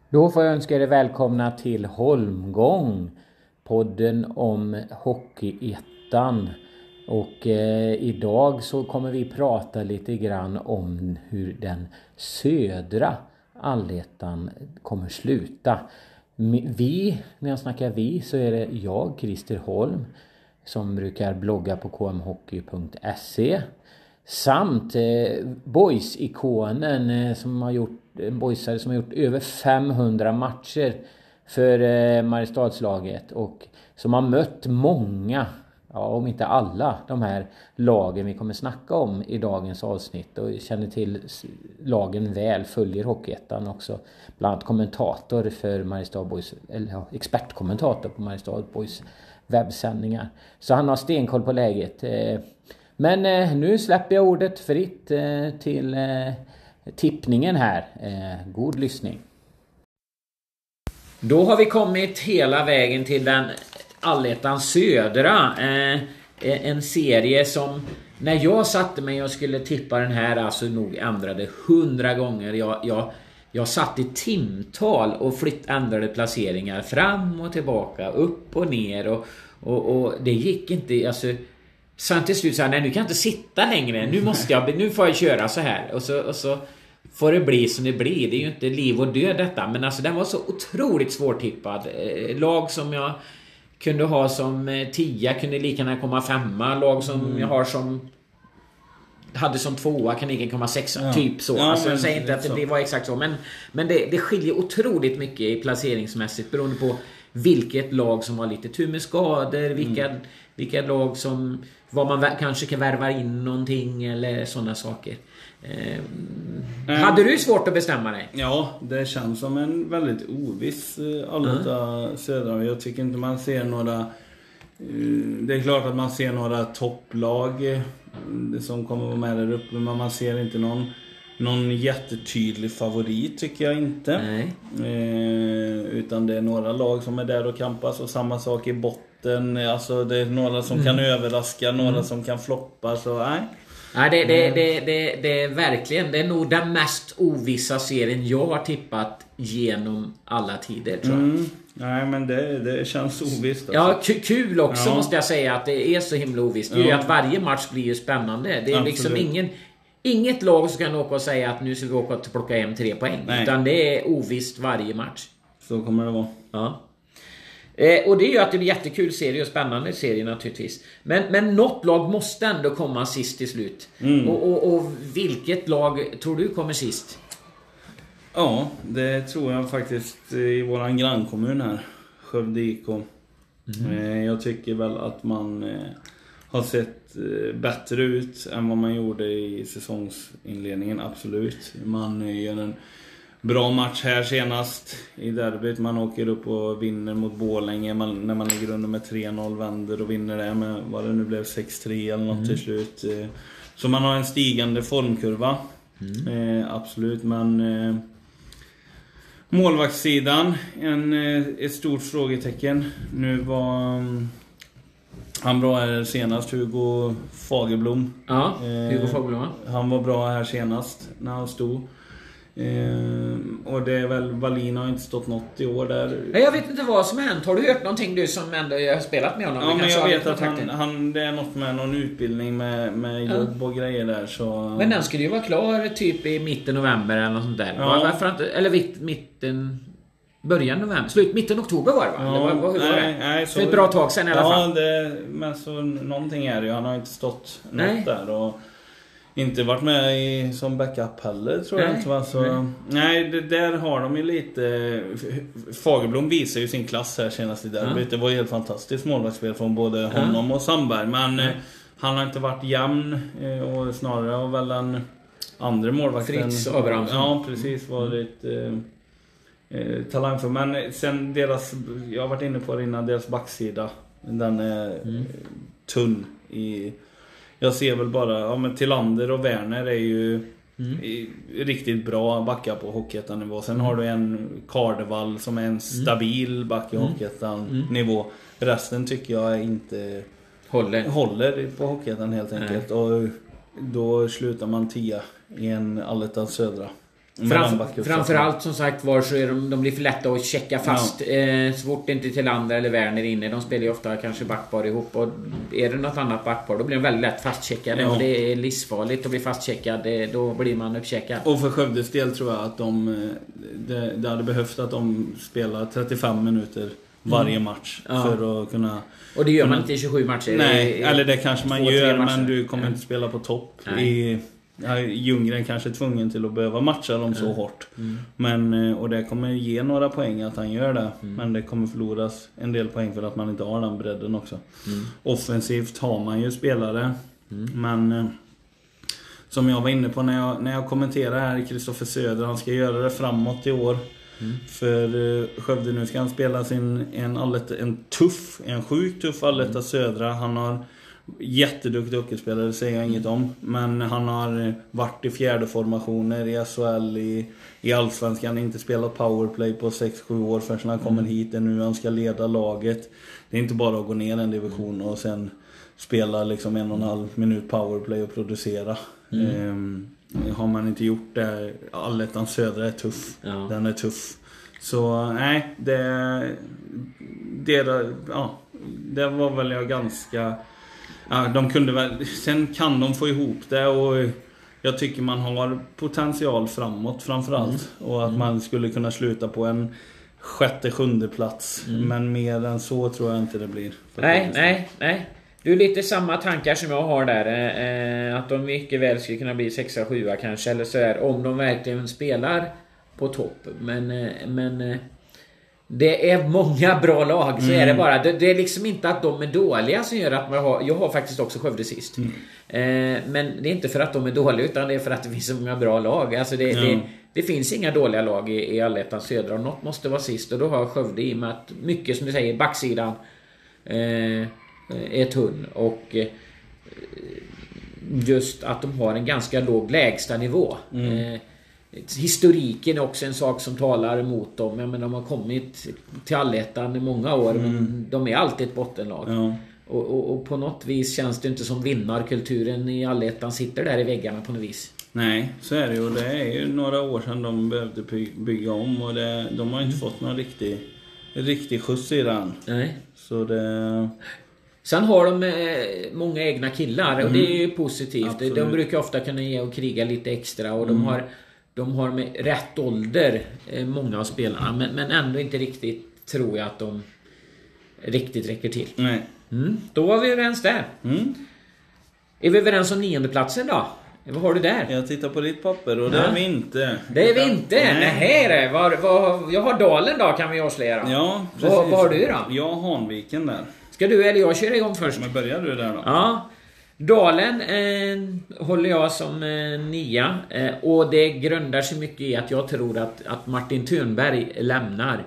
Då får jag önska er välkomna till Holmgång, podden om Hockeyettan. Och idag så kommer vi prata lite grann om hur den södra allettan kommer sluta. När jag snackar vi så är det jag, Christer Holm, som brukar blogga på kmhockey.se. Samt boys-ikonen som har gjort boysare som har gjort över 500 matcher för Mariestadslaget och som har mött många, om inte alla, de här lagen vi kommer snacka om i dagens avsnitt och känner till lagen väl, följer Hockeyettan också, bland annat kommentator för Mariestad Boys, eller expertkommentator på Mariestad Boys webbsändningar. Så han har stenkoll på läget. Men nu släpper jag ordet fritt till tippningen här. God lyssning. Då har vi kommit hela vägen till den allettan södra. En serie som när jag satte mig och skulle tippa den här alltså nog ändrade 100 gånger. Jag satt i timtal och ändrade placeringar fram och tillbaka, upp och ner och det gick inte alltså. Sen till slut sa jag, nej, nu kan jag inte sitta längre. Nu får jag köra så här. Och så får det bli som det blir. Det är ju inte liv och död detta. Men alltså den var så otroligt svårtippad. Lag som jag kunde ha som 10 kunde lika gärna komma 5. Lag som jag har som hade som 2 kan lika komma 6. Typ så. Ja, alltså jag säger inte att det var exakt så. Men det skiljer otroligt mycket i placeringsmässigt. Beroende på vilket lag som har lite tur med skador. Vilka lag som vad man kanske kan värva in någonting eller sådana saker. Hade du svårt att bestämma dig? Ja, det känns som en väldigt oviss alletta södra. Jag tycker inte man ser några. Det är klart att man ser några topplag som kommer vara med där uppe, men man ser inte någon jättetydlig favorit, tycker jag inte. Utan det är några lag som är där och kampas, och samma sak i botten. Alltså det är några som kan överraska, några som kan floppa, så nej. Nej, det är verkligen, det är nog den mest ovissa serien jag har tippat genom alla tider, tror jag. Nej, men det känns ovisst alltså. Ja, kul också måste jag säga att det är så himla ovisst. Det är ju att varje match blir ju spännande. Det är liksom inget lag som kan åka och säga att nu ska vi åka och plocka hem 3 poäng. Nej. Utan det är ovisst varje match. Så kommer det vara. Ja. Och det är ju att det blir jättekul serie och spännande serie naturligtvis. Men något lag måste ändå komma sist till slut. Och vilket lag tror du kommer sist? Ja, det tror jag faktiskt i våran grannkommun här, Skövde IK. Jag tycker väl att man har sett bättre ut än vad man gjorde i säsongsinledningen, absolut. Man gör en bra match här senast i derbyt. Man åker upp och vinner mot Borlänge när man ligger under med 3-0, vänder och vinner det med vad det nu blev 6-3 eller något till slut. Så man har en stigande formkurva. Absolut, men målvaktssidan ett stort frågetecken. Nu var han bra här senast, Hugo Fagerblom. Ja, Hugo Fagerblom. Han var bra här senast när han stod. Och det är väl, Wallin har inte stått något i år där. Jag vet inte vad som har hänt. Har du hört någonting, du som ändå har spelat med honom? Ja, men jag vet att det är något med någon utbildning med jobb och grejer där, så. Men den skulle ju vara klar typ i mitten november eller något sånt där. Varför inte, eller början november, mitten oktober var det, va? Ja, hur var det? Nej, för ett bra tag sedan i alla fall. Men så någonting är det ju. Han har inte stått något där och inte varit med som backup heller, tror jag inte, va? Så, nej, där har de ju lite. Fagerblom visar ju sin klass här senast i derbyt. Det var ju helt fantastiskt målvaktsspel från både honom och Sandberg. Men han har inte varit jämn, och snarare har väl en andra målvakten Fritz Abrahamsson. Ja, precis, varit talang för. Men sen jag har varit inne på det innan, deras backsida, den är tunn i. Jag ser väl bara, men Tillander och Werner är ju riktigt bra backar på Hockeyettan-nivå. Sen har du en Kardevall som är en stabil back i Hockeyettan-nivå. Resten tycker jag inte håller på Hockeyettan helt enkelt. Och då slutar man 10 i en allettan södra. Framförallt som sagt var så är de blir för lätta att checka fast så fort det inte är till Lander eller Werner inne. De spelar ju ofta kanske backpar ihop, och är det något annat backpar då blir de väldigt lätt fastcheckade, och det är livsfarligt att bli fastcheckad. Då blir man uppcheckad. Och för Skövdes del tror jag att det hade behövt att de spelar 35 minuter varje match för att kunna. Och det gör man inte i 27 matcher. Nej, eller det kanske man gör, men du kommer inte spela på topp. Ljunggren kanske är tvungen till att behöva matcha dem så hårt. Men, och det kommer ge några poäng att han gör det. Men det kommer förloras en del poäng för att man inte har den bredden också. Offensivt har man ju spelare. Men som jag var inne på när jag kommenterade här, Kristoffer Söder, han ska göra det framåt i år. För Skövde nu ska han spela en sjukt tuff Alletta Södra. Han har jätteduktig hockeyspelare, det säger jag inget om. Men han har varit i fjärde formationer i SHL, i Allsvenskan, inte spelat powerplay på 6-7 år förrän han kommer hit. Nu han ska leda laget. Det är inte bara att gå ner en division och sen spela liksom 1,5 minut powerplay och producera. Har man inte gjort det, Allettan Södra är tuff. Den är tuff. Så nej, det var väl jag ganska. De kunde väl, sen kan de få ihop det, och jag tycker man har potential framåt framförallt. Och att man skulle kunna sluta på en 6-7 plats. Men mer än så tror jag inte det blir. Nej. Du är lite samma tankar som jag har där. Att de mycket väl skulle kunna bli 6-7 kanske. Eller så är om de verkligen spelar på topp. Men det är många bra lag. Så är det bara. Det är liksom inte att de är dåliga som gör att jag har faktiskt också Skövde sist. Men det är inte för att de är dåliga, utan det är för att det finns så många bra lag. Alltså det finns inga dåliga lag i Allettan Södra. Och något måste vara sist. Och då har Skövde i med att mycket, som du säger, backsidan är tunn, och just att de har en ganska låg lägsta nivå. Historiken är också en sak som talar emot dem. Jag menar, de har kommit till Allettan i många år, men de är alltid ett bottenlag. Och på något vis känns det inte som vinnarkulturen i Allettan sitter där i väggarna på något vis. Nej, så är det ju. Det är ju några år sedan de behövde bygga om, och de har inte fått någon riktig skjuts i den. Nej. Så det. Sen har de många egna killar, och det är ju positivt. Absolut. De brukar ofta kunna ge och kriga lite extra, och de har med rätt ålder många av spelarna, men ändå inte riktigt, tror jag, att de riktigt räcker till. Nej. Då var vi överens där. Är vi överens om 9:e platsen då? Vad har du där? Jag tittar på ditt papper, och det är vi inte. Det är vi inte? Nej, jag har Dalen då, kan vi avslöja. Ja, precis. Vad har du då? Jag har Hanviken där. Ska du eller jag köra igång först? Men börjar du där då? Ja. Dalen håller jag som 9, och det grundar sig mycket i att jag tror att Martin Thörnberg lämnar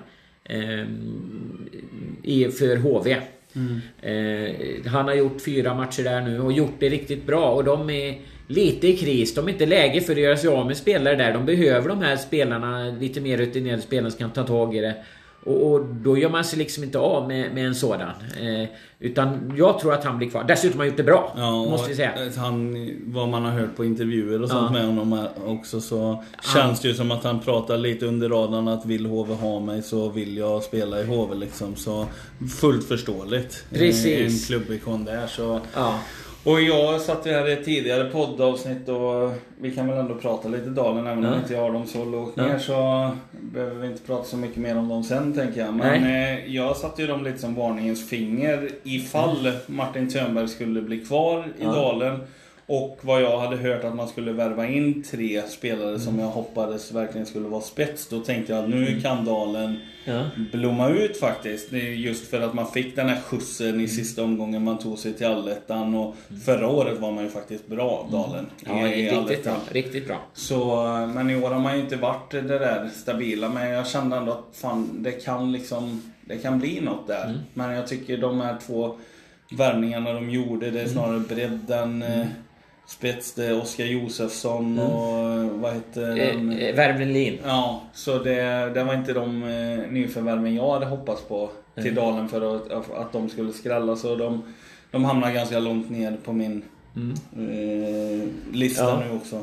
för HV. Han har gjort 4 matcher där nu och gjort det riktigt bra, och de är lite i kris. De är inte läge för att göra sig av med spelare där. De behöver de här spelarna, lite mer rutinerade spelare som kan ta tag i det. Och då gör man sig liksom inte av med en sådan. Utan jag tror att han blir kvar. Dessutom har han gjort det bra, måste vi säga. Vad man har hört på intervjuer och sånt med honom också, så känns det ju som att han pratar lite under radarn, att vill HV ha mig så vill jag spela i HV liksom. Så fullt förståeligt. Precis. En klubbikon där, så. Ja. Och jag satt här i ett tidigare poddavsnitt, och vi kan väl ändå prata lite Dalen, även om inte jag har dem så lågt ner, så behöver vi inte prata så mycket mer om dem sen, tänker jag. Men jag satte ju dem lite som varningens finger ifall Martin Thörnberg skulle bli kvar i Dalen. Och vad jag hade hört att man skulle värva in 3 spelare som jag hoppades verkligen skulle vara spets. Då tänkte jag att nu kan Dalen blomma ut faktiskt. Det är just för att man fick den här skjutsen i sista omgången, man tog sig till Allettan. Och förra året var man ju faktiskt bra, Dalen. Riktigt bra. Så, men i år har man ju inte varit det där stabila. Men jag kände ändå att det kan bli något där. Men jag tycker de här 2 värvningarna de gjorde, det är snarare bredden. Spets, det Oskar Josefsson och vad heter den? Värmlin. Ja, så det var inte de nyförvärven jag hade hoppats på till Dalen för att de skulle skrälla. Så de hamnar ganska långt ner på min lista nu också.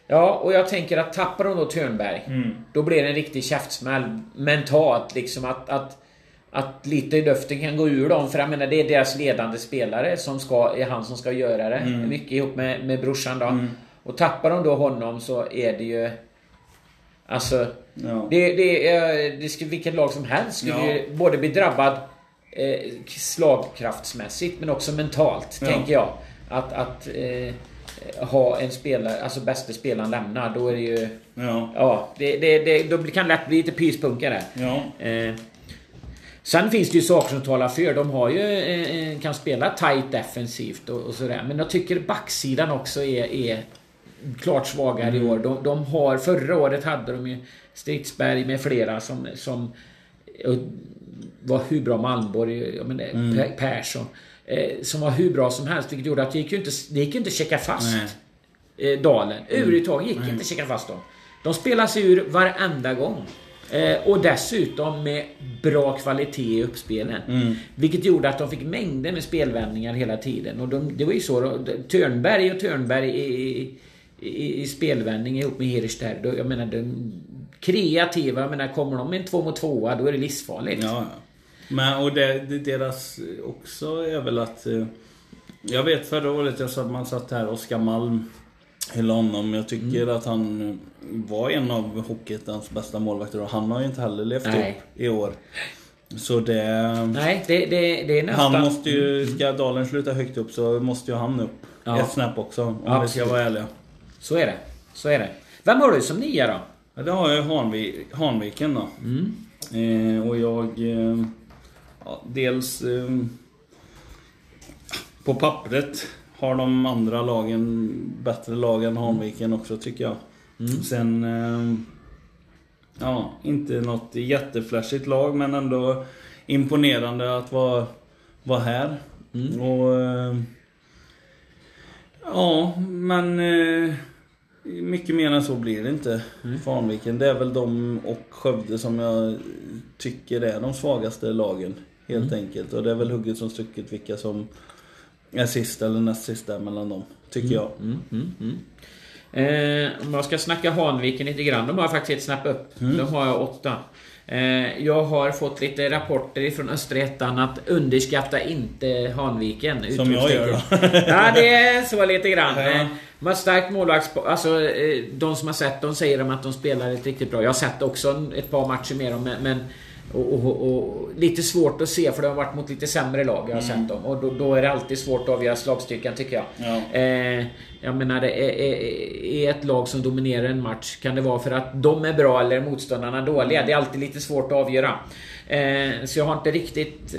Ja, och jag tänker att tappar de då Törnberg, då blir det en riktig käftsmäll mentalt liksom att lite i luften kan gå ur dem. För jag menar, det är deras ledande spelare som är han som ska göra det. Mycket ihop med brorsan då. Och tappar de då honom så är det ju... Alltså, det skulle, vilket lag som helst skulle ju både bli drabbad slagkraftsmässigt men också mentalt, tänker jag. Att ha en spelare, alltså bästa spelaren lämnar, då är det ju... Då kan det lätt bli lite pyspunkare. Sen finns det ju saker som talar för. De har ju kan spela tight defensivt och sådär. Men jag tycker backsidan också är klart svagare i år. De har, förra året hade de ju Stridsberg med flera som var hur bra, Malmborg, Persson, som var hur bra som helst, vilket gjorde att det gick inte att checka fast Dalen. Överhuvudtaget gick inte att checka fast dem. De spelas ur varenda gång. Och dessutom med bra kvalitet i uppspelen. Vilket gjorde att de fick mängder med spelvändningar hela tiden. Och det var ju så då, Törnberg i spelvändning ihop med Hirschter. Jag menar, de kreativa, jag menar, kommer de med en 2-mot-2, då är det livsfarligt. Men och deras också är väl att jag vet förra året att man satt här, Oskar Malm, hela honom. Jag tycker att han var en av Hockeyettans bästa målvakter, och han har ju inte heller levt upp i år. Så det... Nej, det är nästan... Han måste ju, ska Dalen sluta högt upp så måste ju han upp ett snäpp också, om vi ska vara ärliga. Så är det. Vem har du som nia då? Ja, det har jag Hanviken då. Och jag... dels... på pappret har de andra lagen bättre lag än Hanviken också, tycker jag. Sen inte något jätteflashigt lag, men ändå imponerande att vara här. Och men mycket mer än så blir det inte för Hanviken. Det är väl de och Skövde som jag tycker är de svagaste lagen, helt enkelt. Och det är väl hugget som stucket vilka som är sista eller näst sista mellan dem, tycker jag. Om jag ska snacka Hanviken lite grann, de har faktiskt ett snäpp upp. De har 8. Jag har fått lite rapporter från Östra Ettan att underskatta inte Hanviken. Som jag gör då. Ja, det är så lite grann. De har starkt målvakts... Alltså, de som har sett dem säger att de spelar riktigt bra. Jag har sett också ett par matcher med dem, men och lite svårt att se, för det har varit mot lite sämre lag jag har sett dem, och då är det alltid svårt att avgöra slagstyrkan, tycker jag. Jag menar, det är ett lag som dominerar en match, kan det vara för att de är bra eller motståndarna dåliga? Det är alltid lite svårt att avgöra. Så jag har inte riktigt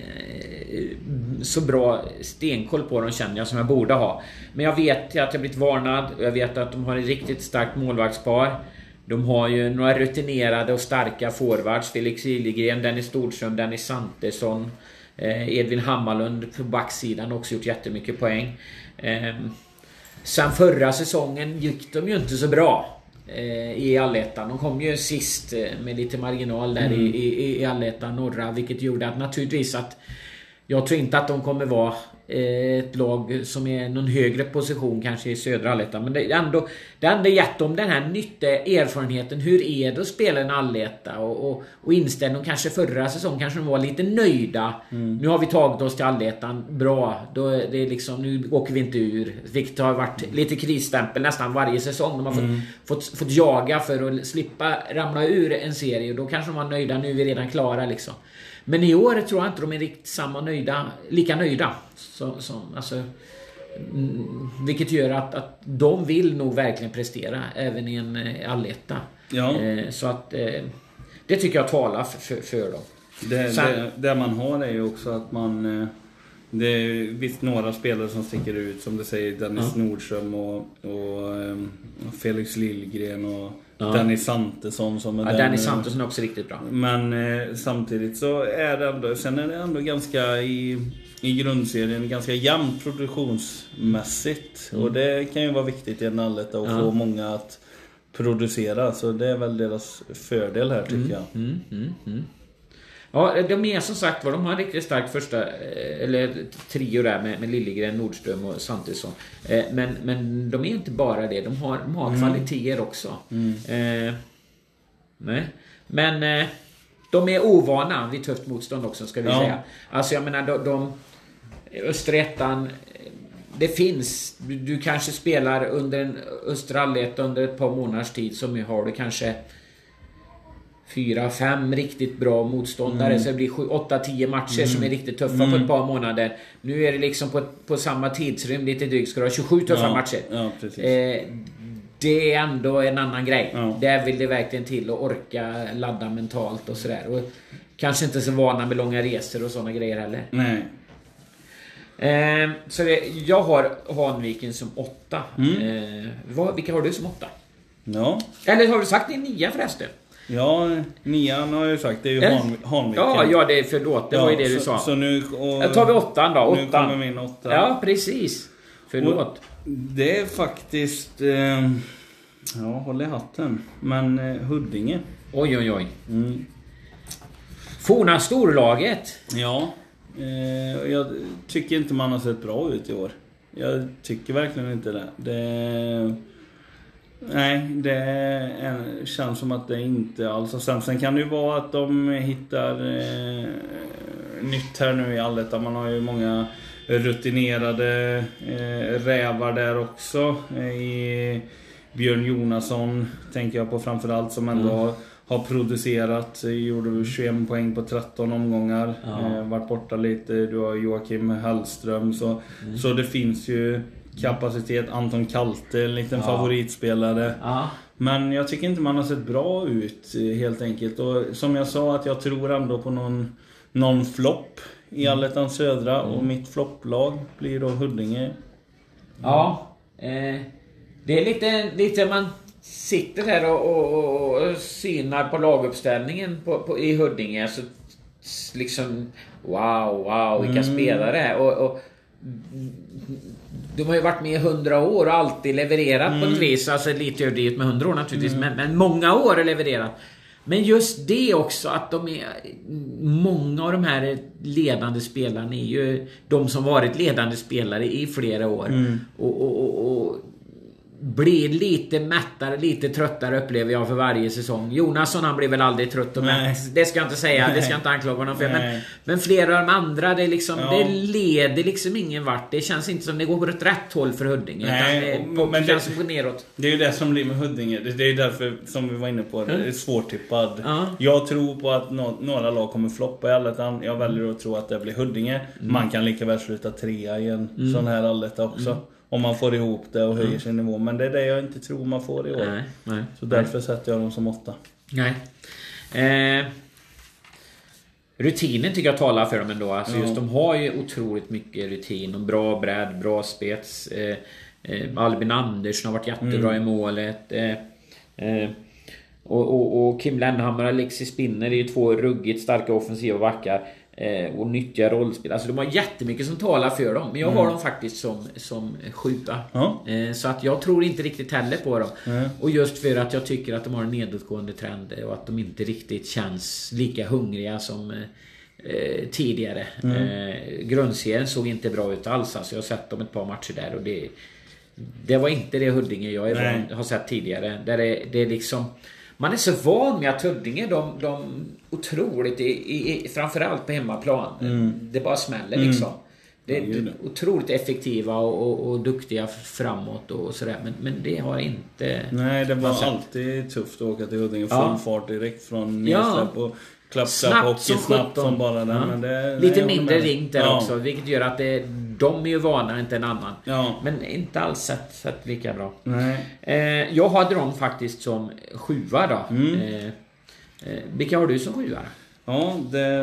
så bra stenkoll på dem, känner jag, som jag borde ha. Men jag vet att jag blivit varnad, och jag vet att de har ett riktigt starkt målvaktspar. De har ju några rutinerade och starka forwards. Felix Liljegren, Dennis Stordström, Dennis Santesson, Edvin Hammarlund på backsidan, också gjort jättemycket poäng. Sen förra säsongen gick de ju inte så bra i Allettan. De kom ju sist med lite marginal där i Allettan norra, vilket gjorde att naturligtvis att jag tror inte att de kommer vara ett lag som är någon högre position kanske i södra Allettan, men det är ändå gett dem den här nyttiga erfarenheten. Hur är det att spela en Alletta, och inställningen kanske förra säsongen kanske de var lite nöjda. Nu har vi tagit oss till Allettan, bra, då är det liksom, nu åker vi inte ur, vilket har varit lite krisstämpel nästan varje säsong. De har fått jaga för att slippa ramla ur en serie, och då kanske de var nöjda, nu är vi redan klara liksom. Men i år tror jag inte de är riktigt lika nöjda alltså, vilket gör att de vill nog verkligen prestera även i en Alletta. Så att det tycker jag talar för dem. Det man har är ju också att man det är visst några spelare som sticker ut, som du säger, Dennis Nordström och Felix Liljegren och Dennis Santesson som är Dennis Santesson är också riktigt bra. Men samtidigt så är det ändå, sen är det ändå ganska i grundserien ganska jämnt produktionsmässigt, och det kan ju vara viktigt i en Alletta att få många att producera, så det är väl deras fördel här, tycker jag. Ja, de är som sagt var, de har en riktigt stark första eller trio där med Liljegren, Nordström och Svantesson. Men de är inte bara det, de har kvaliteter också. Nej. Men de är ovana vid tufft motstånd också, ska vi säga. Alltså jag menar de Österettan, det finns, du kanske spelar under en Österallet under ett par månaders tid, som har du kanske 4-5 riktigt bra motståndare, så det blir 8-10 matcher som är riktigt tuffa på ett par månader. Nu är det liksom på samma tidsrymd lite drygt, ska du ha 27 tuffa matcher. Ja, precis. Det är ändå en annan grej. Där vill det verkligen till att orka ladda mentalt och sådär. Och kanske inte så vana med långa resor och sådana grejer heller. Nej. Så jag har Hanviken som 8. Vilka har du som 8? Ja. Eller har du sagt din 9 förresten? Ja, 9 har jag ju sagt. Det är ju Hanviken. Ja, det är förlåt. Det var ju det du sa. Så nu tar vi 8 då. Nu kommer min 8. Ja, precis. Förlåt. Och det är faktiskt... håll i hatten. Men Huddinge. Oj. Forna storlaget. Ja. Jag tycker inte man har sett bra ut i år. Jag tycker verkligen inte det. Det känns som att det inte alls. Sen kan det ju vara att de hittar nytt här nu i Allettan. Man har ju många rutinerade rävar där också. I Björn Jonasson tänker jag på framförallt, som ändå har producerat. Gjorde 21 poäng på 13 omgångar. Varit borta lite. Du har Joakim Hellström. Så det finns ju kapacitet. Anton Kalte, en liten favoritspelare. Men jag tycker inte man har sett bra ut helt enkelt. Och som jag sa, att jag tror ändå på någon flopp i Allettan södra. Och mitt flopplag blir då Huddinge. Ja, det är lite man sitter här och synar på laguppställningen i Huddinge, så liksom wow vilka spelare. Och de har ju varit med i 100 år och alltid levererat på ett vis. Alltså lite överdrivet med 100 år naturligtvis, men många år har levererat. Men just det också, att de är, många av de här ledande spelarna är ju de som varit ledande spelare i flera år. Och blir lite mättare, lite tröttare upplever jag för varje säsong. Jonasson, han blir väl aldrig trött och mätt. Det ska jag inte säga, det ska jag inte anklaga honom för. Men flera av de andra, det, liksom, det leder liksom ingen vart. Det känns inte som det går åt rätt håll för Huddinge. Men det känns som går neråt. Det är ju det som blir med Huddinge. Det är ju därför, som vi var inne på, det är svårtippad. Jag tror på att några lag kommer floppa i Allettan. Jag väljer att tro att det blir Huddinge. Man kan lika väl sluta 3 i en sån här Alletta också. Om man får ihop det och höjer sin nivå. Men det är det jag inte tror man får i år. Nej. Så därför sätter jag dem som 8. Nej. Rutinen tycker jag talar för dem ändå. Alltså just de har ju otroligt mycket rutin. Och bra bredd, bra spets. Albin Andersson har varit jättebra i målet. Och Kim Lennhammar och Alexis Spinner är ju 2 ruggigt starka offensiva backar. Och nyttja rollspel. Alltså de har jättemycket som talar för dem. Men jag har dem faktiskt som 7. Så att jag tror inte riktigt heller på dem. Och just för att jag tycker att de har en nedåtgående trend. Och att de inte riktigt känns lika hungriga som tidigare. Grundserien såg inte bra ut alls. Alltså jag har sett dem ett par matcher där. Och det var inte det Huddinge jag har sett tidigare. Där det är liksom... Man är så van med att Huddinge, de otroligt, framförallt på hemmaplan, det bara smäller liksom. Det är otroligt effektiva och duktiga framåt och sådär. Men det har inte... Nej, det var alltid tufft att åka till Huddinge. Full fart direkt från nedsläpp och klappsläpp och snabbt som bara den. Men det, lite mindre ringt där också, vilket gör att de är ju vana, inte en annan. Men inte alls sett lika bra. Jag hade dem faktiskt som 7 då. Vilka har du som 7? Ja,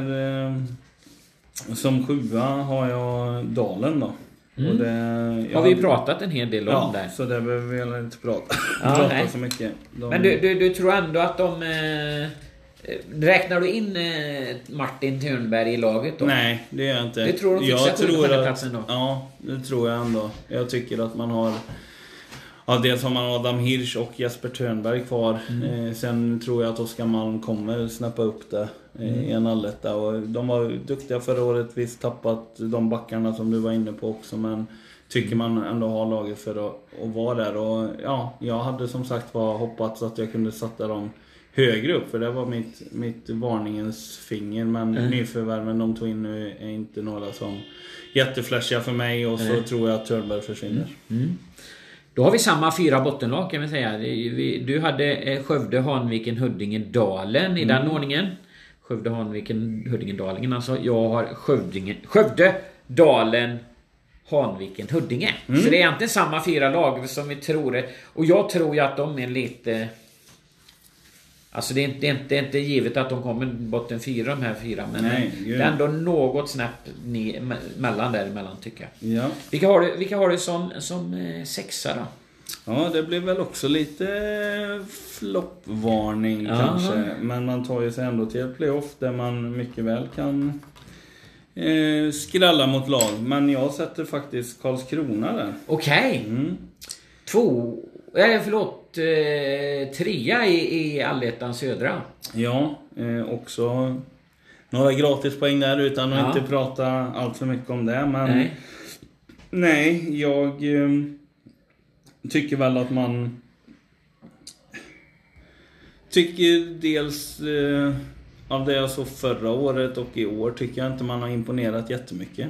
som 7 har jag Dalen då. Och har vi pratat en hel del om där. Så det behöver vi inte prata så mycket. Men du tror ändå att de... Räknar du in Martin Törnberg i laget då? Nej, det gör jag inte. Det tror du fixar på platsen då? Ja, det tror jag ändå. Jag tycker att man har Ja, dels har man Adam Hirsch och Jesper Törnberg kvar. Sen tror jag att Oskar Malm kommer snappa upp det i en alletta. Och de var duktiga förra året, visst tappat de backarna som du var inne på också. Men tycker man ändå har laget för att vara där. Och ja, jag hade som sagt hoppats att jag kunde sätta dem högre upp. För det var mitt varningens finger. Men nyförvärven de tog in nu är inte några som jätteflashiga för mig. Och så tror jag att Törnberg försvinner. Då har vi samma 4 bottenlag kan vi säga. Du hade Skövde, Hanviken, Huddinge, Dalen i den ordningen. Skövde, Hanviken, Huddinge, Dalingen. Alltså jag har Skövde, Dalen, Hanviken, Huddinge. Så det är egentligen samma 4 lag som vi tror det. Och jag tror ju att de är lite... Alltså det är inte givet att de kommer botten 4 de här 4. Men det är ändå något snabbt mellan däremellan tycker jag. Ja. Vilka har du som 6:a då? Ja, det blir väl också lite floppvarning kanske. Men man tar ju sig ändå till ett playoff där man mycket väl kan skrälla mot lag. Men jag sätter faktiskt Karlskrona där. Okej. 3 i Allettan södra. Ja, också några gratispoäng där utan att inte prata allt för mycket om det. Men nej jag tycker väl att man tycker dels av det jag såg förra året och i år tycker jag inte man har imponerat jättemycket.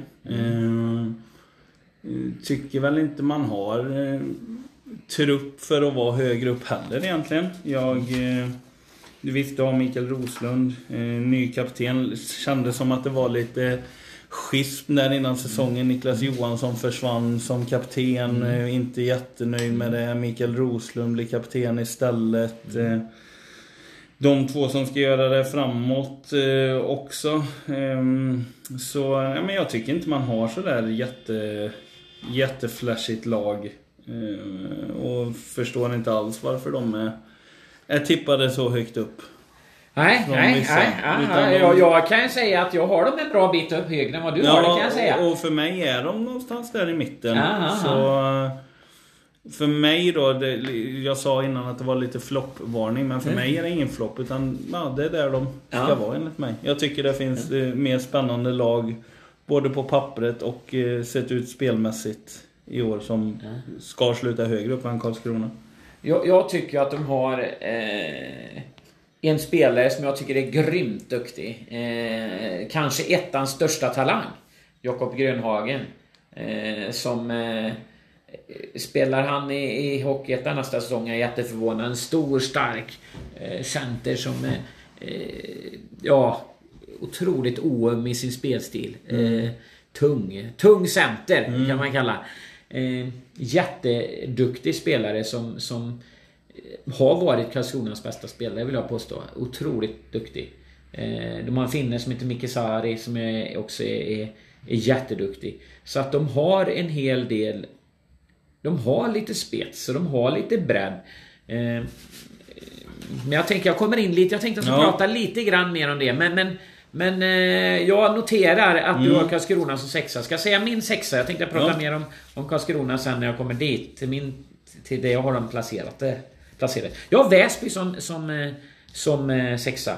Tycker väl inte man har trupp för att vara högre upp heller egentligen. Du visste om Mikael Roslund, ny kapten. Kände som att det var lite schism där innan säsongen. Niklas Johansson försvann som kapten. Inte jättenöjd med det. Mikael Roslund blir kapten istället. De 2 som ska göra det framåt också. Så ja, men jag tycker inte man har så där jätteflashigt lag. Och förstår inte alls varför de är tippade så högt upp. Nej. Jag kan ju säga att jag har dem en bra bit upp högre än vad du har, det kan jag säga. Och för mig är de någonstans där i mitten. Så för mig då, jag sa innan att det var lite floppvarning, men för mig är det ingen flopp, utan det är där de ska vara enligt mig. Jag tycker det finns mer spännande lag både på pappret och sett ut spelmässigt i år som ska sluta högre upp än Karlskrona. Jag tycker att de har en spelare som jag tycker är grymt duktig. Kanske ettans största talang. Jakob Grönhagen. Som spelar han i Hockeyettan nästa säsong är jätteförvånad. En stor, stark center som otroligt oöm i sin spelstil. Tung center kan man kalla. Jätteduktig spelare som har varit Karlskronas bästa spelare, vill jag påstå. Otroligt duktig. De har en finne som heter Micke Sari som också är jätteduktig. Så att de har en hel del. De har lite spets och de har lite bredd. Men jag tänker jag kommer in lite. Jag tänkte att jag ska prata lite grann mer om det. Men jag noterar att du har Karlskrona som 6:a. Ska jag säga min 6:a? Jag tänkte prata mer om Karlskrona sen när jag kommer dit. Till det jag har dem placerat. Jag har Väsby som 6:a.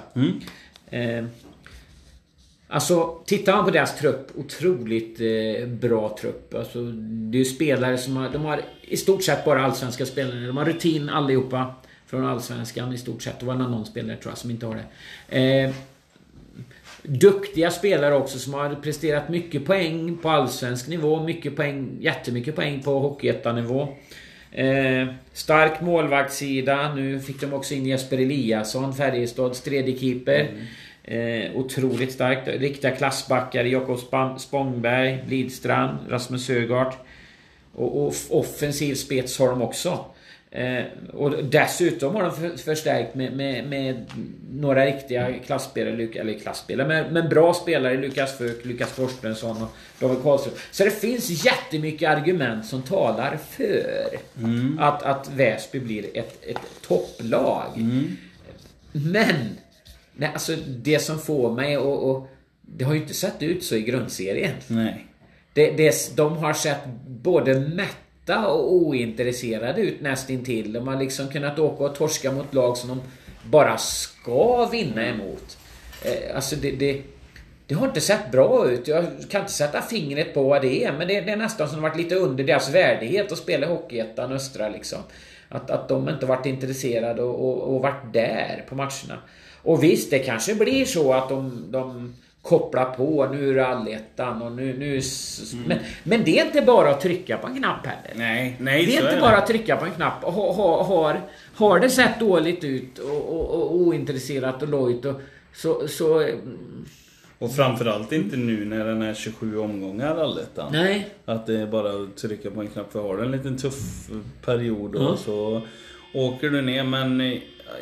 Alltså, tittar man på deras trupp, otroligt bra trupp. Alltså, det är spelare som de har i stort sett bara allsvenska spelare. De har rutin allihopa från allsvenskan i stort sett. Det var någon spelare tror jag som inte har det. Duktiga spelare också som har presterat mycket poäng på allsvensk nivå, jättemycket poäng på hockeyettanivå. Stark målvaktssida. Nu fick de också in Jesper Eliasson, Färjestads tredje keeper. Otroligt starkt. Riktiga klassbackar, Jakob Spångberg, Lidstrand, Rasmus Högart. Och offensiv spets har de också. Och dessutom har de förstärkt med några riktiga klassspelare, men bra spelare, Lukas Föck, Lukas Forstensson och David Karlström. Så det finns jättemycket argument som talar för att Väsby blir ett topplag. Men alltså det som får mig och det har ju inte sett ut så i grundserien. Nej. De har sett både mätta trötta och ointresserade ut nästintill. De har liksom kunnat åka och torska mot lag som de bara ska vinna emot. Alltså det har inte sett bra ut. Jag kan inte sätta fingret på vad det är, men det är nästan som det varit lite under deras värdighet att spela Hockeyettan Östra liksom. Att de inte varit intresserade och varit där på matcherna. Och visst, det kanske blir så att de kopplar på nu är Allettan och nu men det är inte bara att trycka på en knapp heller. Nej, det är inte bara att trycka på en knapp. Har det sett dåligt ut och ointresserat och lojt och så och framförallt inte nu när den är 27 omgångar Allettan. Nej. Att det är bara att trycka på en knapp, för har du en liten tuff period och så åker du ner. Men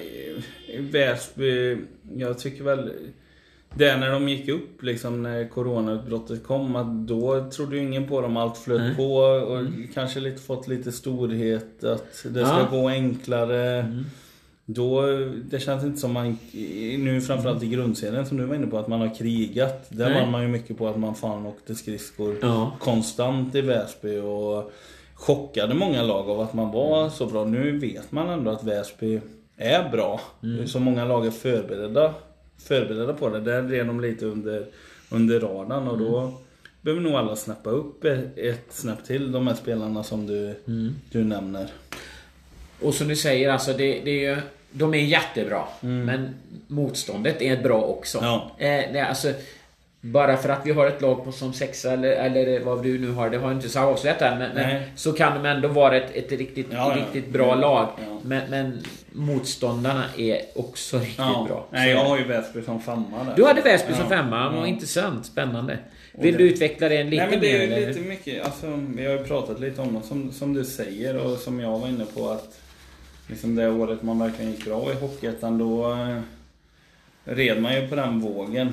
Väsby, jag tycker väl det när de gick upp liksom, när coronautbrottet kom, att då trodde ju ingen på dem, allt flöt på och kanske fått lite storhet, att det ska gå enklare. Då, det känns inte som man nu framförallt i grundserien som du var inne på, att man har krigat. Där var man ju mycket på att man fan åkte skridskor konstant i Väsby och chockade många lag av att man var så bra. Nu vet man ändå att Väsby är bra. Så många lag är förberedda på det. Där är de lite under radarn och då behöver nog alla snappa upp ett snäpp till de här spelarna som du nämner. Och som du säger, alltså det är ju, de är jättebra, men motståndet är bra också. Det, alltså, bara för att vi har ett lag på som 6 eller vad du nu har, det har inte så avslöjat än, men så kan de ändå vara ett riktigt bra lag. Men motståndarna är också riktigt bra. Nej, jag har ju Väsby som 5 där. Du hade Väsby som 5, och intressant, spännande. Vill du utveckla det lite mer? Nej, men det är lite mycket, alltså, vi har ju pratat lite om det som du säger och som jag var inne på, att liksom det året man verkligen gick bra i Hockeyettan, då red man ju på den vågen.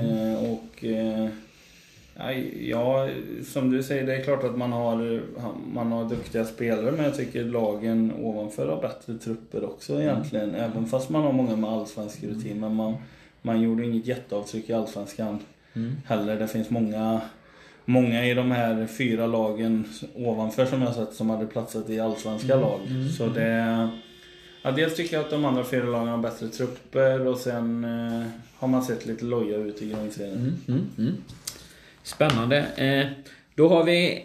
Ja, som du säger, det är klart att man har duktiga spelare, men jag tycker lagen ovanför har bättre trupper också egentligen. Även fast man har många med allsvensk rutin, men man gjorde inget jätteavtryck i allsvenskan heller. Det finns många i de här 4 lagen ovanför som jag sett som hade platsat i allsvenska lag. Så det... Ja, dels tycker jag att de andra 4 lagen har bättre trupper, och sen har man sett lite loja ut i grundserien. Spännande. Då har vi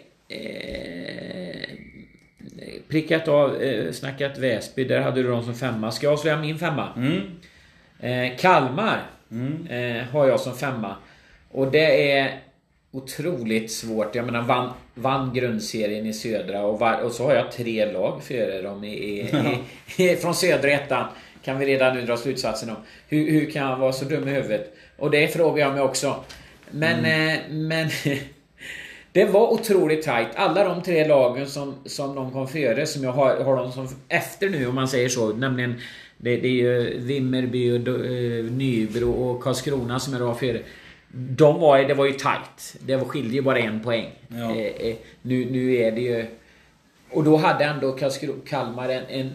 prickat av, snackat Väsby. Där hade du dem som 5. Ska jag avslöja min 5? Kalmar har jag som 5. Och det är otroligt svårt. Jag menar, vann grundserien i södra och så har jag 3 lag före dem från södra ettan. Kan vi redan nu dra slutsatsen om. Hur kan jag vara så dum i huvudet? Och det frågar jag mig också. Men det var otroligt tajt. Alla de 3 lagen som de kom före, som jag har dem som efter nu, om man säger så. Nämligen det är ju Vimmerby och Nybro och Karlskrona som jag var före. Det var ju tajt. Det skilde ju bara 1 poäng. Nu är det ju... Och då hade ändå Kalmar en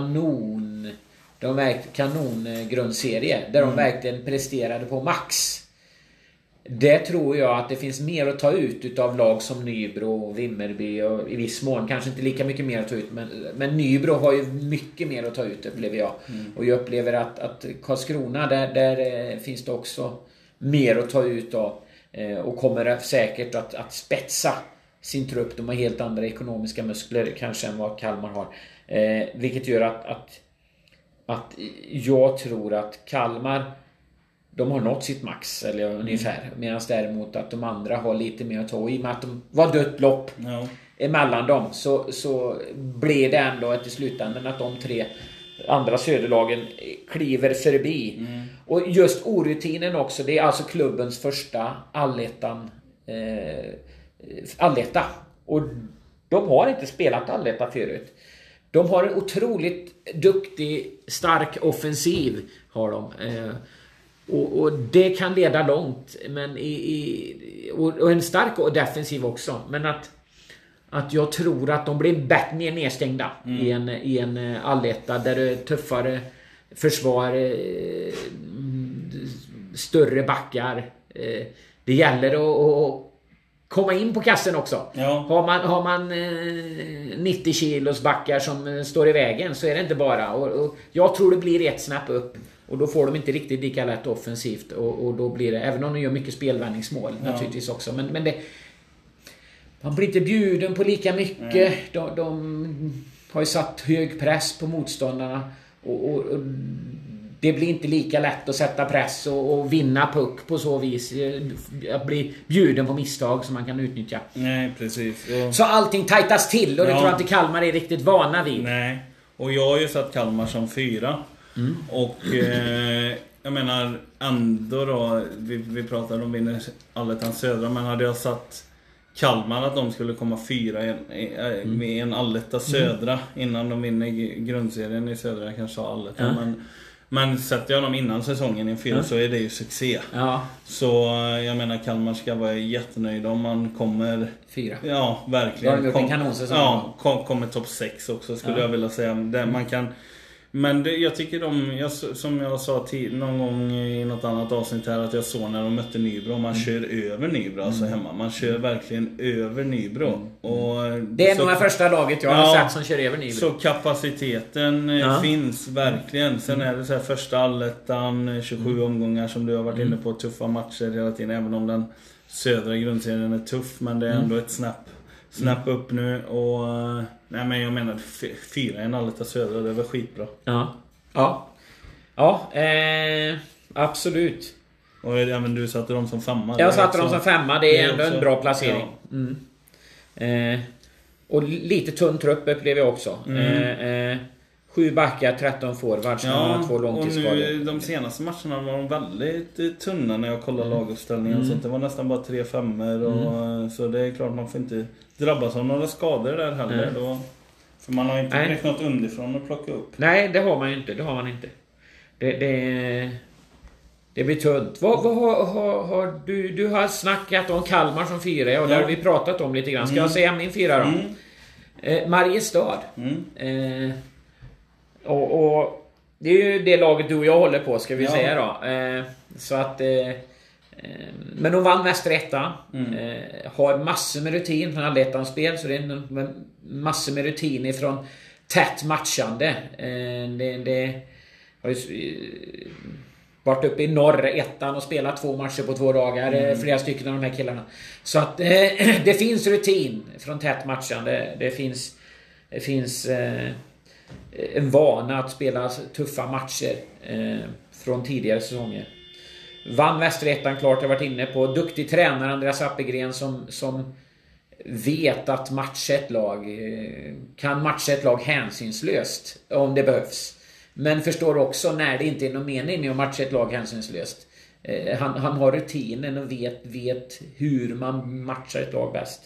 kanongrundserie där de verkligen presterade på max. Det tror jag att det finns mer att ta ut utav lag som Nybro och Vimmerby, och i viss mån kanske inte lika mycket mer att ta ut, men Nybro har ju mycket mer att ta ut, upplever jag. Och jag upplever att Karlskrona där finns det också mer att ta ut av, och kommer säkert att spetsa sin trupp. De har helt andra ekonomiska muskler kanske än vad Kalmar har, vilket gör att jag tror att Kalmar, de har nått sitt max eller ungefär, medan däremot att de andra har lite mer att ta i, med att de var dött lopp emellan dem, så blir det ändå i slutändan att de 3 andra söderlagen kliver förbi. Och just orutinen också, det är alltså klubbens första alletta, och de har inte spelat alletta förut. De har en otroligt duktig, stark offensiv har de, och det kan leda långt, men och en stark och defensiv också, men att jag tror att de blir mer nedstängda i en alletta där det är tuffare försvar, större backar. Det gäller att komma in på kassen också. Ja. Har man 90 kilos backar som står i vägen så är det inte bara. Och jag tror det blir ett snäpp upp. Och då får de inte riktigt lika lätt offensivt. Och då blir det, även om de gör mycket spelvändningsmål naturligtvis också. Men det, man blir inte bjuden på lika mycket. De har ju satt hög press på motståndarna. Och det blir inte lika lätt att sätta press och vinna puck på så vis. Att bli bjuden på misstag som man kan utnyttja. Nej, precis. Så allting tajtas till och det tror jag inte Kalmar är riktigt vana vid. Nej, och jag har ju satt Kalmar som 4. Och jag menar ändå då, vi pratade om vinner Allettans södra, men hade jag satt Kalmar att de skulle komma 4 med en Alletta södra innan de vinner grundserien i södra, kanske Allettan, men sätter jag dem innan säsongen i 4 så är det ju succé. Ja. Så jag menar Kalmar ska vara jättenöjd om man kommer 4. Ja, verkligen. De har en kanonsäsong. Ja, kommer topp 6 också skulle jag vilja säga. Där man kan. Men jag tycker som jag sa någon gång i något annat avsnitt här, att jag såg när de mötte Nybro, man kör över Nybro alltså hemma. Man kör verkligen över Nybro. Och det är nog det första laget jag har sett som kör över Nybro. Så kapaciteten finns verkligen. Sen är det så här första Allettan, 27 omgångar som du har varit inne på, tuffa matcher hela tiden, även om den södra grundserien är tuff, men det är ändå ett snabbt upp nu. Och nej, men jag menar 4 i en Alletta södra, det var skitbra. Absolut. Och även du satte dem som 5. Jag satte dem som 5. Det är ändå en bra placering. Och lite tunn trupp upplever jag också. 7 backar, 13 forwards, 2 långtidsskador. Och nu de senaste matcherna var de väldigt tunna när jag kollade laguppställningen. Så det var nästan bara 3-5 och så det är klart man får inte drabbas av några skador där heller. För man har inte direkt något underifrån att plocka upp. Nej, det har man ju inte. Det blir tunt. Vad har du har snackat om Kalmar som 4 och det har vi pratat om lite grann. Ska jag säga min 4 då? Mariestad. Och det är ju det laget du och jag håller på, ska vi säga då. Så att men de vann Västra Etta. Har massor med rutin från Allettans spel, så det är massor med rutin ifrån tätt matchande. Det har ju varit uppe i norra ettan och spelat 2 matcher på 2 dagar, flera stycken av de här killarna. Så att det finns rutin från tätt matchande. Det finns en vana att spela tuffa matcher från tidigare säsonger. Vann Västra Ettan, klart jag varit inne på. Duktig tränare Andreas Appelgren som vet att kan matcha ett lag hänsynslöst om det behövs. Men förstår också när det inte är någon mening med att matcha ett lag hänsynslöst. Han har rutinen och vet hur man matchar ett lag bäst.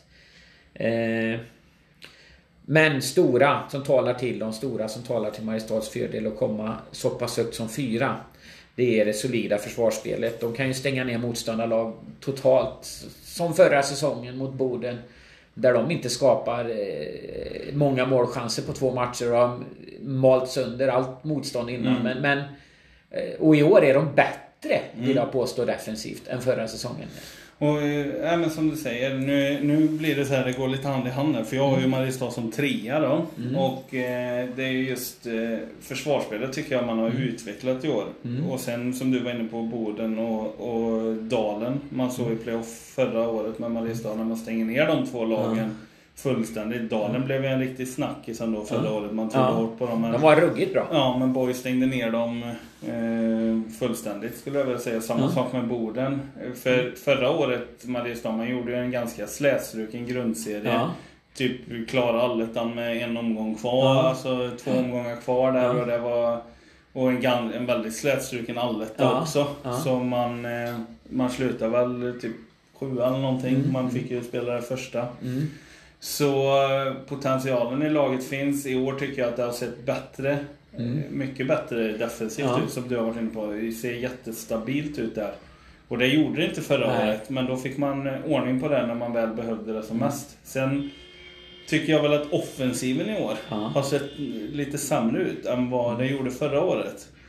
Men stora som talar till Mariestads fördel och komma så pass högt som 4. Det är det solida försvarsspelet. De kan ju stänga ner motståndarlag totalt, som förra säsongen mot Boden, där de inte skapar många målchanser på 2 matcher och har malt sönder allt motstånd innan. Men och i år är de bättre, vill jag påstå, defensivt än förra säsongen. Och men som du säger, nu blir det så här, det går lite hand i hand här, för jag har ju Mariestad som 3 då. Och det är just försvarsspelet tycker jag man har utvecklat i år. Och sen som du var inne på, Boden och Dalen, man såg i playoff förra året med Mariestad när man stänger ner de 2 lagen fullständigt. Dalen blev en riktig snackis ändå förra året, man trodde hårt på dem. Men, de var ruggigt bra. Ja, men Boy stängde ner dem fullständigt, skulle jag väl säga. Samma sak med Boden. För förra året Mariestad, man gjorde ju en ganska slätstruken grundserie. Typ klara Allettan med 1 omgång kvar, alltså 2 omgångar kvar där, och det var en väldigt slätstruken Alletta också. Så man slutar väl typ 7 eller någonting. Man fick ju spela det första. Så potentialen i laget finns. I år tycker jag att det har sett bättre, mycket bättre defensivt ut, som du har varit inne på. Det ser jättestabilt ut där. Och det gjorde det inte förra året, men då fick man ordning på det när man väl behövde det som mest. Sen tycker jag väl att offensiven i år har sett lite sämre ut än vad det gjorde förra året.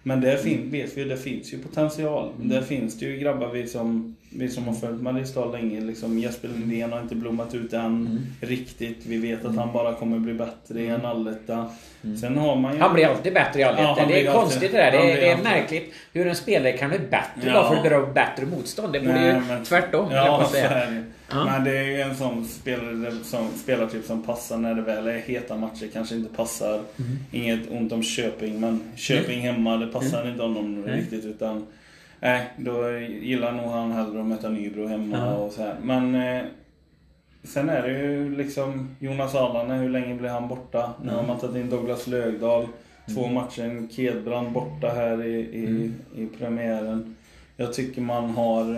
Men där vet vi, det finns ju potential. Där finns det ju grabbar vi som har följt Mariestad länge. Liksom Jesper Lindén har inte blommat ut än riktigt. Vi vet att han bara kommer bli bättre i en Alletta. Sen har man ju... Han blir alltid bättre i Alletta. Ja, det är konstigt det där. Det är alltid märkligt hur en spelare kan bli bättre bara för att dra bättre motstånd. Det borde ju tvärtom. Ja, så är det. Men det är ju en sån spelartyp som passar när det väl är heta matcher. Kanske inte passar. Inget ont om Köping, men Köping hemma, det passar inte honom riktigt, utan då gillar nog han hellre att möta Nybro hemma och så här. Men sen är det ju liksom Jonas Alane, hur länge blir han borta? Nu har man tagit in Douglas Lögdahl, 2 matcher, Kedbrand borta här i premiären. Jag tycker man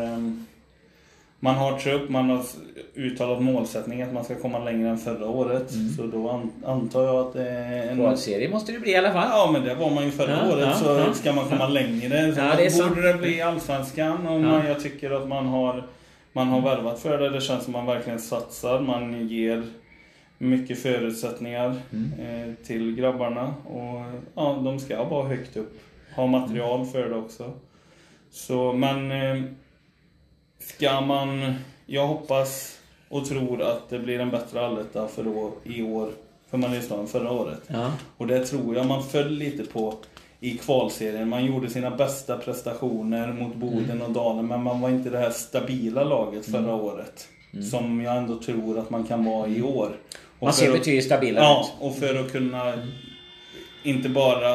har trupp, man har uttalat målsättning att man ska komma längre än förra året. Så då antar jag att det är en... Kvalserie måste det bli i alla fall. Ja, men det var man ju förra året, så ska man komma längre. Så borde det bli Allsvenskan. Och jag tycker att man har värvat för det. Det känns som man verkligen satsar. Man ger mycket förutsättningar till grabbarna. Och de ska vara högt upp. Ha material för det också. Så, men... jag hoppas och tror att det blir en bättre Alletta i år för Mariestad än förra året. Och det tror jag man föll lite på i kvalserien. Man gjorde sina bästa prestationer mot Boden och Dalen, men man var inte det här stabila laget förra året. Som jag ändå tror att man kan vara i år. Och man ser betydligt stabilare. Ja, och för att kunna inte bara...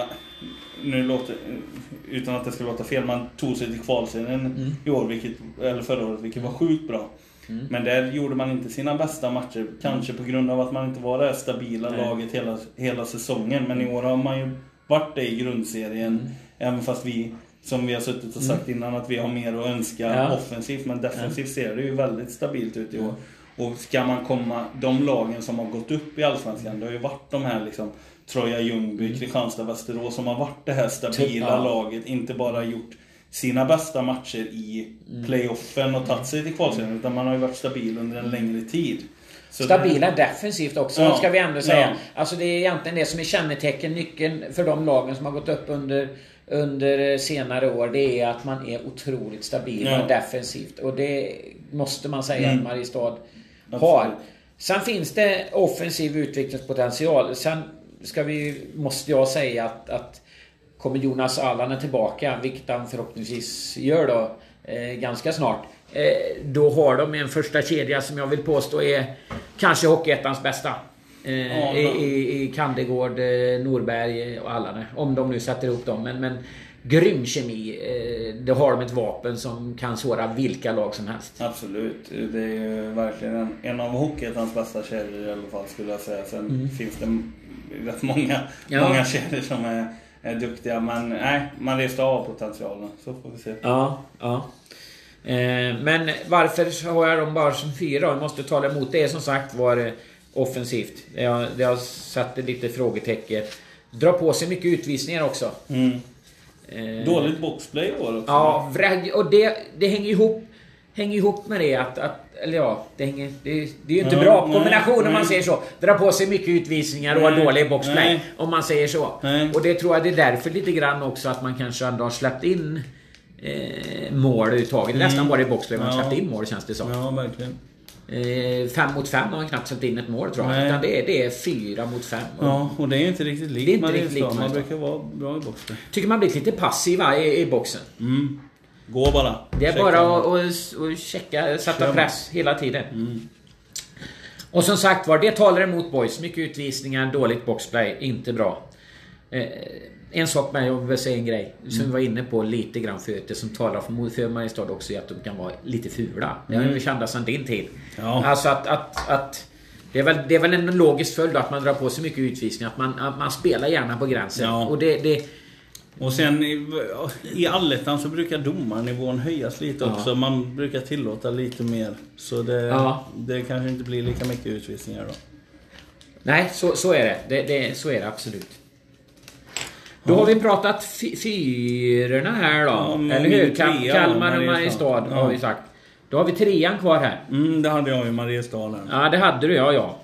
utan att det ska låta fel, man tog sig till kvalserien i år, eller förra året, vilket var sjukt bra. Men där gjorde man inte sina bästa matcher, kanske på grund av att man inte var det stabila laget hela säsongen. Men i år har man ju varit det i grundserien, även fast vi, som vi har suttit och sagt innan, att vi har mer att önska offensivt, men defensivt ser det ju väldigt stabilt ut i år. Och ska man komma, de lagen som har gått upp i Allsvenskan, det har ju varit de här liksom Troja Ljungby, Kristianstad, Västerås, som har varit det här stabila laget, inte bara gjort sina bästa matcher i playoffen och tagit sig till kvalserien, utan man har ju varit stabil under en längre tid. Så stabila defensivt också, ska vi ändå säga. Alltså det är egentligen det som är kännetecken, nyckeln för de lagen som har gått upp under senare år, det är att man är otroligt stabil defensivt, och det måste man säga att Mariestad har. Sen finns det offensiv utvecklingspotential. Sen måste jag säga att kommer Jonas Alane tillbaka, vilket han förhoppningsvis gör då ganska snart, då har de en första kedja som jag vill påstå är kanske Hockeyettans bästa. I Kandegård, Norberg och Alane, om de nu sätter ihop dem, men grym kemi, det har de ett vapen som kan såra vilka lag som helst. Absolut, det är ju verkligen en av Hockeyettans bästa kedjor i alla fall, skulle jag säga. Sen finns det rätt många kedjor som är duktiga, men nej, man reser av potentialen, så får vi se. Men varför har jag dem bara som 4? Jag måste tala emot det, som sagt var offensivt. Det har satt lite frågetecken. Dra på sig mycket utvisningar också. Dåligt boxplay i år också. Ja, och det hänger ihop med det att eller det är ju inte bra kombination om man säger så. Dra på sig mycket utvisningar och ha dålig boxplay, om man säger så. Och det tror jag det är därför lite grann också att man kanske ändå har släppt in mål uttaget. Nästan bara i boxplay man har släppt in mål, känns det som. Ja, verkligen. 5 mot 5 har man knappt släppt in ett mål, tror jag. Utan det är 4 mot 5. Ja, och det är inte riktigt likt. Man brukar vara bra i boxplay. Tycker man blir lite passiv i boxen. Gå bara. Det är bara att checka, sätta press hela tiden. Och som sagt var, det talar emot boys. Mycket utvisningar, dåligt boxplay, inte bra. En sak med, jag vill säga en grej som vi var inne på lite grann för det som talar för Mariestad också, är att de kan vara lite fula. Det har ju kända sedan din tid. Alltså att det är väl en logisk följd att man drar på sig mycket utvisningar, att man spelar gärna på gränsen. Och och sen i Allettan så brukar domarnivån höjas lite också. Man brukar tillåta lite mer. Så det kanske inte blir lika mycket utvisningar då. Nej, så är det. Så är det absolut. Då har vi pratat fyrorna här då. Eller hur? Kalmar och Mariestad har vi sagt. Då har vi 3:an kvar här. Det hade jag i Mariestad. Ja, det hade du, ja.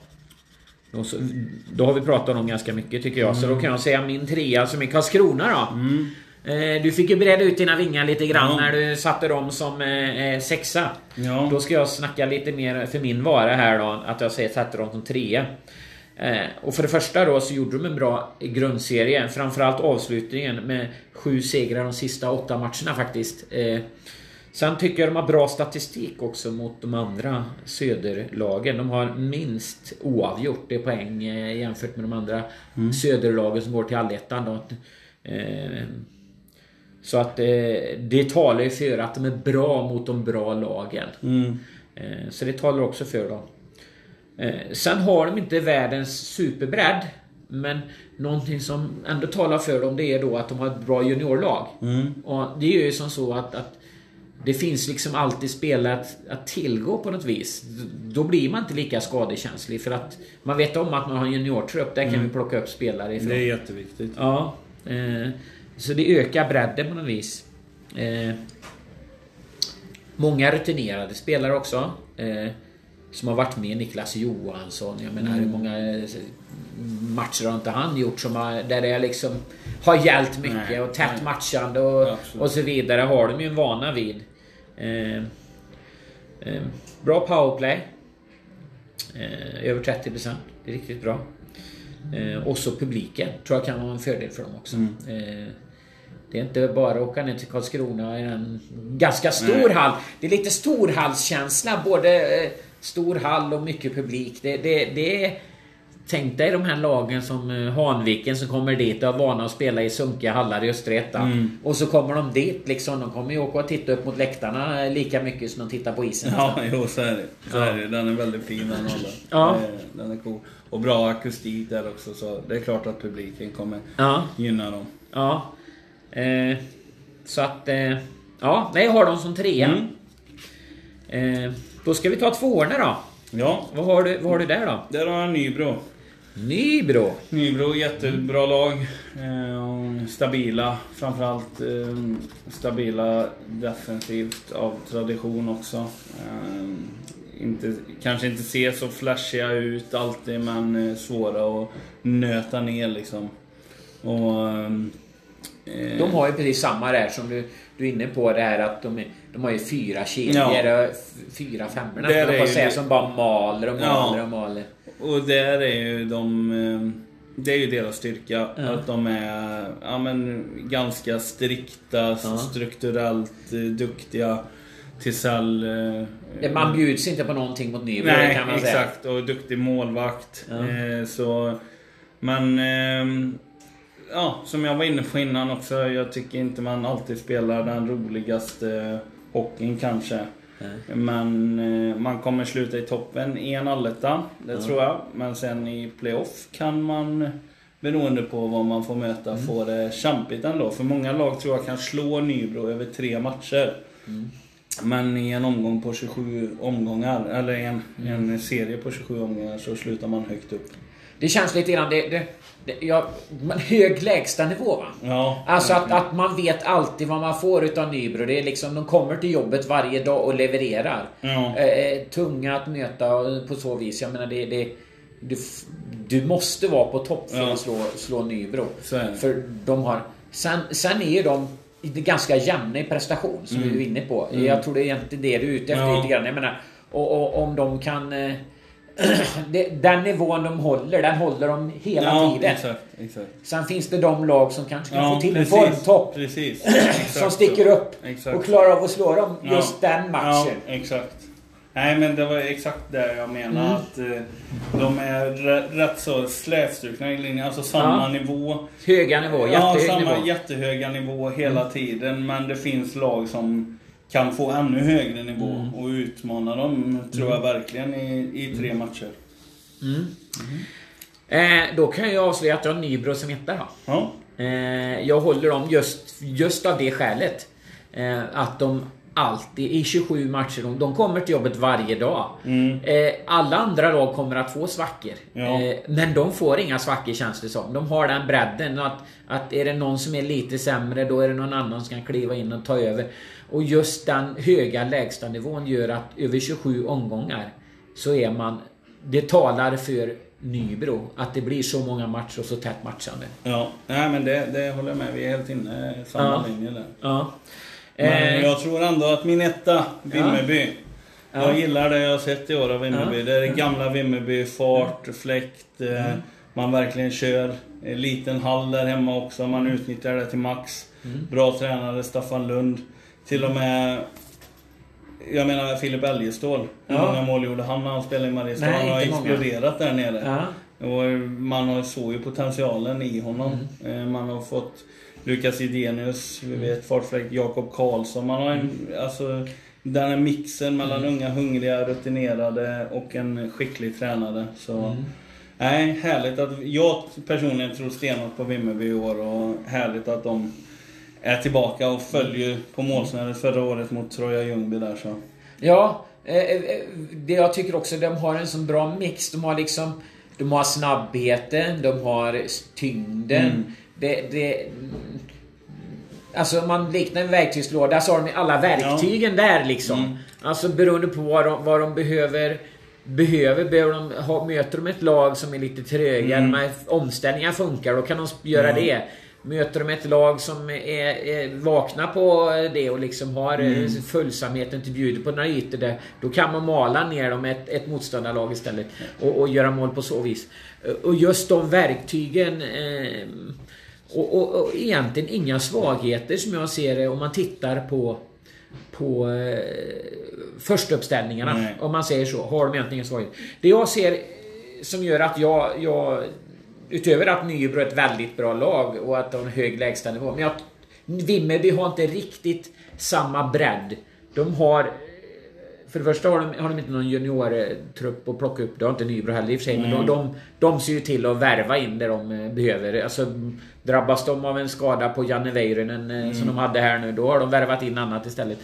Då har vi pratat om ganska mycket, tycker jag. Så då kan jag säga min 3:a som är Karlskrona då. Du fick ju breda ut dina vingar lite grann när du satte dem som sexa. Ja. Då ska jag snacka lite mer för min vara här då. Att jag satte dem som 3. Och för det första då så gjorde de en bra grundserie. Framförallt avslutningen med 7 segrar de sista 8 matcherna faktiskt. Sen tycker jag de har bra statistik också mot de andra söderlagen. De har minst oavgjort det poäng jämfört med de andra söderlagen som går till allettan då. Så att det talar ju för att de är bra mot de bra lagen. Så det talar också för dem. Sen har de inte världens superbredd, men någonting som ändå talar för dem, det är då att de har ett bra juniorlag. Och det är ju som så att det finns liksom alltid spelare att tillgå på något vis. Då blir man inte lika skadekänslig, för att man vet om att man har en juniortrupp. Där kan vi plocka upp spelare ifrån. Det är jätteviktigt. Ja, så det ökar bredden på något vis. Många rutinerade spelare också. Som har varit med, Niklas Johansson. Jag menar, hur många matcher har inte han gjort där det liksom har hjälpt mycket och tätt matchande och så vidare, har de ju en vana vid. Bra powerplay. Över 30%. Det är riktigt bra. Och så publiken tror jag kan vara en fördel för dem också. Det är inte bara att åka ner till Karlskrona i en ganska stor hall. Det är lite storhallskänsla, både stor hall och mycket publik. Det är, tänk dig de här lagen som Hanviken som kommer dit och har vana att spela i sunkiga hallar i Östergötland. Och så kommer de dit liksom. De kommer ju åka och titta upp mot läktarna lika mycket som de tittar på isen. Ja, jo, så är det. Så är det. Den är väldigt fin, den håller. Ja. Den är cool. Och bra akustik där också, så det är klart att publiken kommer gynna dem. Ja. Så att jag har dem som 3. Då ska vi ta 2:orna då. Ja. Vad har du där då? Där har jag Nybro. Nybro, jättebra lag. Stabila, framförallt stabila defensivt av tradition också. Kanske inte ser så flashiga ut alltid, men svåra att nöta ner liksom. Och de har ju precis samma där som du är inne på, det här att de har ju 4 kedjor och 4 femmorna. Det är säga som bara maler. Och där är ju det är ju deras styrka, att de är ganska strikta, strukturellt duktiga. Tisell, man bjuds inte på någonting mot Nybro, kan man säga. Exakt, och duktig målvakt. Men som jag var inne på innan också, jag tycker inte man alltid spelar den roligaste hockeyn kanske. Men man kommer sluta i toppen i en alletta, det tror jag. Men sen i playoff kan man, beroende på vad man får möta, få det kämpigt ändå. För många lag tror jag kan slå Nybro över 3 matcher. Men i en omgång på 27 omgångar, eller en serie på 27 omgångar, så slutar man högt upp. Det känns lite grann hög lägsta nivå, va? Ja, alltså att man vet alltid vad man får utav Nybro. Det är liksom, de kommer till jobbet varje dag och levererar. Tunga att möta på så vis. Jag menar, du måste vara på topp för att slå Nybro. För de har sen är ju de ganska jämna i prestation, som du är inne på. Jag tror det är egentligen det du är ute efter lite grann. Jag menar, och om de kan den nivån de håller, den håller de hela tiden. Exakt. Sen finns det de lag som kanske kan få till en formtopp som sticker upp och klarar av att slå dem just den matchen. Ja, exakt. Nej, men det var exakt det jag menar, att de är rätt så slätstrukna i linjen, alltså samma nivå. Höga nivå, jättehöga nivå hela tiden, men det finns lag som kan få ännu högre nivå och utmana dem, tror jag verkligen, i 3 matcher. Då kan jag avslöja att jag har Nybro som etta då. Ja. Jag håller dem just av det skälet. Att de alltid i 27 matcher, de kommer till jobbet varje dag. Alla andra lag kommer att få svackor. Men de får inga svackor, känns det som. De har den bredden att är det någon som är lite sämre, då är det någon annan som kan kliva in och ta över. Och just den höga lägsta nivån gör att över 27 omgångar så är man, det talar för Nybro. Att det blir så många matcher och så tätt matchande. Ja, nej, men det håller jag med. Vi är helt inne i samma linje där. Ja. Men jag tror ändå att min etta, Vimmerby. Jag gillar det jag har sett i år av Vimmerby. Det är det gamla Vimmerby, fart, fläkt. Man verkligen kör. En liten hall där hemma också. Man utnyttjar det till max. Bra tränare, Staffan Lund. Till och med... Jag menar Filip Elgestål. Hur många mål gjorde han när han spelade i Mariestad? Han har exploderat där nere. Och man såg ju potentialen i honom. Man har fått Lukas Idenius, vi vet fartfläkt Jakob Karlsson. Man har alltså den här mixen mellan unga, hungriga, rutinerade och en skicklig tränare. Så nej, härligt att jag personligen tror stenhårt på Vimmerby i år, och härligt att de är tillbaka och följer på målsnöret förra året mot Troja Ljungby där så. Ja, det jag tycker också, de har en sån bra mix. De har snabbheten, de har tyngden. Alltså man liknar en verktygslåda, så har de alla verktygen där liksom. Alltså beroende på vad de behöver möter de ett lag som är lite trögare, när omställningar funkar, då kan de göra det. Möter de ett lag som är vakna på det och liksom har följsamheten till bjuder på några ytor där, då kan man mala ner dem ett motståndarlag istället och göra mål på så vis. Och just de verktygen och egentligen inga svagheter som jag ser det om man tittar på första uppställningarna. Om man säger så, har de egentligen inga svagheter. Det jag ser som gör att jag utöver att Nybro är ett väldigt bra lag och att de har en hög lägstanivå, men Vimmerby har inte riktigt samma bredd. De har, för det första har de inte någon juniortrupp att plocka upp. Det har inte Nybro heller i och för sig, men de ser ju till att värva in där de behöver. Alltså drabbas de av en skada på Janne Väyrynen som de hade här nu, då har de värvat in annat istället.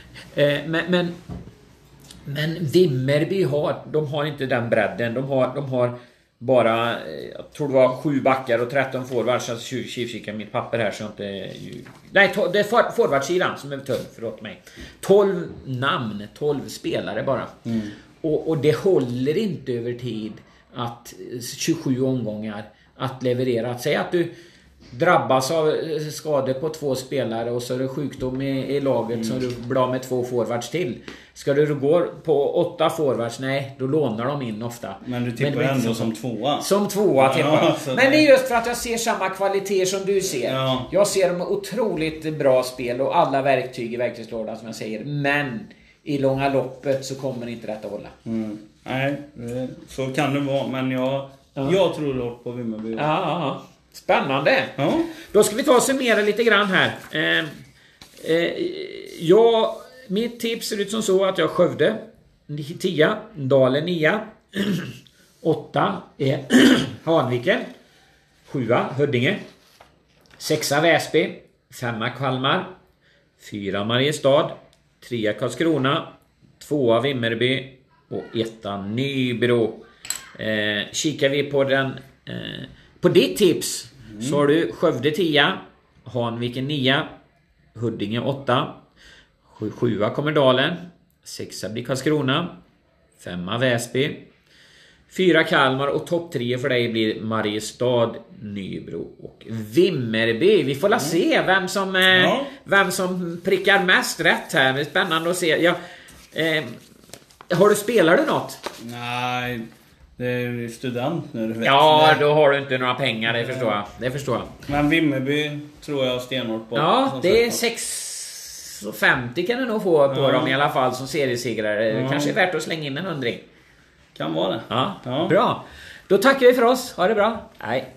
Men Vimmerby har inte den bredden. De har bara, jag tror det var 7 backar och 13 forwards. Alltså kikar mitt papper här så jag inte... Nej, det är forwardsidan som är tunn, förlåt mig. 12 namn, 12 spelare bara. Och det håller inte över tid att 27 omgångar att leverera. Att säga att du drabbas av skador på 2 spelare och så är det sjukdom i laget så du blir med 2 forwards till. Ska du gå på 8 forwards? Nej, då lånar de in ofta. Men du tippar ändå som 2:a. Som 2:a tippar. Men det är just för att jag ser samma kvalitet som du ser. Ja. Jag ser dem otroligt bra spel och alla verktyg i verktygslådan som jag säger. Men i långa loppet så kommer inte detta hålla. Nej, så kan det vara. Men jag tror hårt på Vimmerby. Ja. Spännande. Ja. Då ska vi ta och summera lite grann här. Mitt tips ser ut som så att jag Skövde 10, Dalen 9, 8 är Hanviken, 7 Huddinge, 6 Väsby, 5 Kalmar, 4 Mariestad, 3 Karlskrona, 2 Vimmerby och 1 Nybro. Kikar vi på ditt tips så har du Skövde 10, Hanviken 9, Huddinge 8, 7 kommer Dalen, 6 blir Karlskrona, 5 Väsby, 4 Kalmar och topp 3 för dig blir Mariestad, Nybro och Vimmerby. Vi får se vem som prickar mest rätt här. Det är spännande att se. Spelar du något? Nej, det är student nu. Ja, då har du inte några pengar, det förstår jag. Men Vimmerby tror jag stenhårt på. Ja, det är 6,50 kan du nog få på dem i alla fall som seriesegrare. Det kanske är värt att slänga in en 100. Kan vara det. Ja. Bra. Då tackar vi för oss. Ha det bra. Hej.